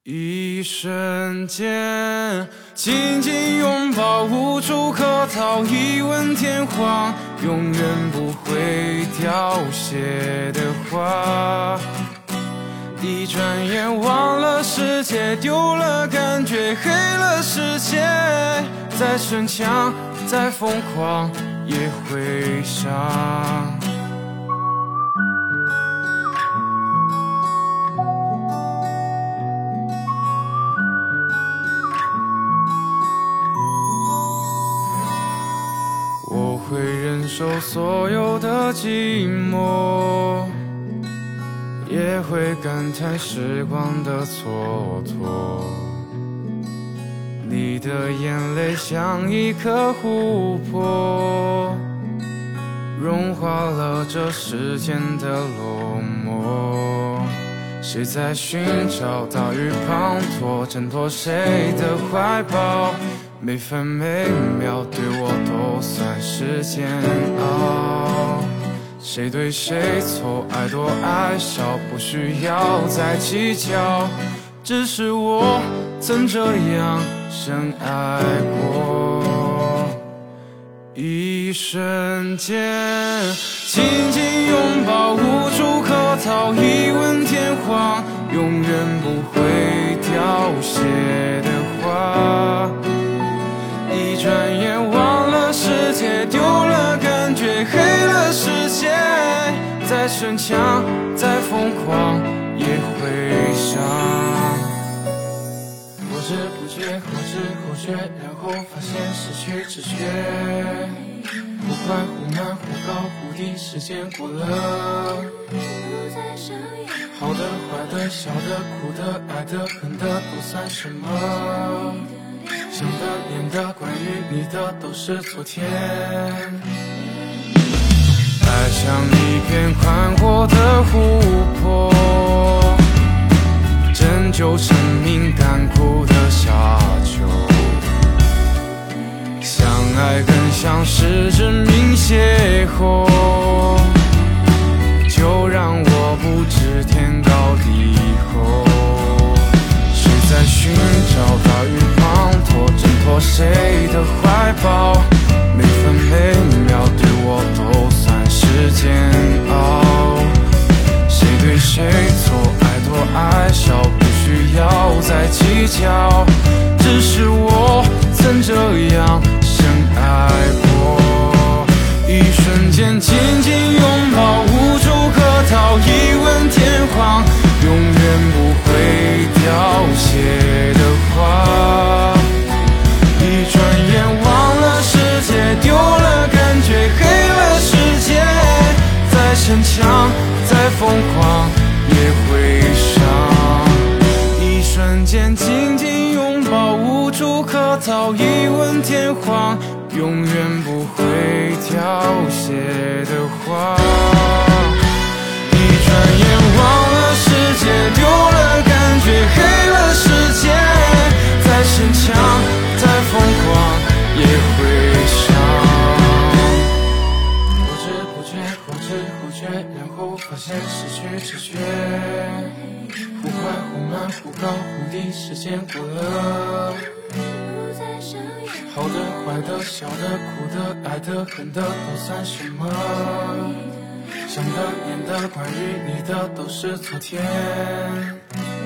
一瞬间，紧紧拥抱，无处可逃，一吻天荒，永远不会凋谢的花。一转眼忘了世界，丢了感觉，黑了世界。再逞强，再疯狂，也会伤。我会忍受所有的寂寞，也会感叹时光的蹉跎。你的眼泪像一颗琥珀，融化了这世间的落寞。谁在寻找大雨滂沱，挣脱谁的怀抱？每分每秒对我都算是煎熬。谁对谁错，爱多爱少，不需要再计较。只是我曾这样深爱过。一瞬间，紧紧拥抱，无处可逃，一吻天荒，永远不会凋谢的花。一转眼忘了世界，丢了感觉，黑了世界。再逞强，再疯狂，也会伤。不知不觉，后知后觉，然后发现失去知觉。忽快忽慢，忽高忽低，时间过了。好的坏的，小的苦的，爱的恨的，都算什么？想的念的，关于你的都是昨天。爱像一片宽阔的湖泊，拯救生命干枯的沙丘。相爱更像是真命邂逅，就让我不知天高地厚。谁在寻找大雨滂沱，挣脱谁的怀抱？每分每秒对我都算是煎熬。谁对谁错，爱多爱少，不需要再计较。只是我曾这样深爱过。一瞬间，紧紧拥抱，无处可逃，一吻天荒，永远不会凋谢的花。一转眼忘了世界，丢了感觉，黑了世界。再逞强，再疯狂，也会伤。一瞬间，紧紧拥抱，无处可逃，一吻天荒，永远不会凋谢的花。一转眼忘了世界，丢了感觉，黑了世界。再逞强，再疯狂，也会伤。不知不觉，后知后觉，然后发现失去知觉。忽快忽慢，忽高忽低，时间过了。好的坏的，小的苦的，爱的恨的，都算什么？想的念的，关于你的都是昨天。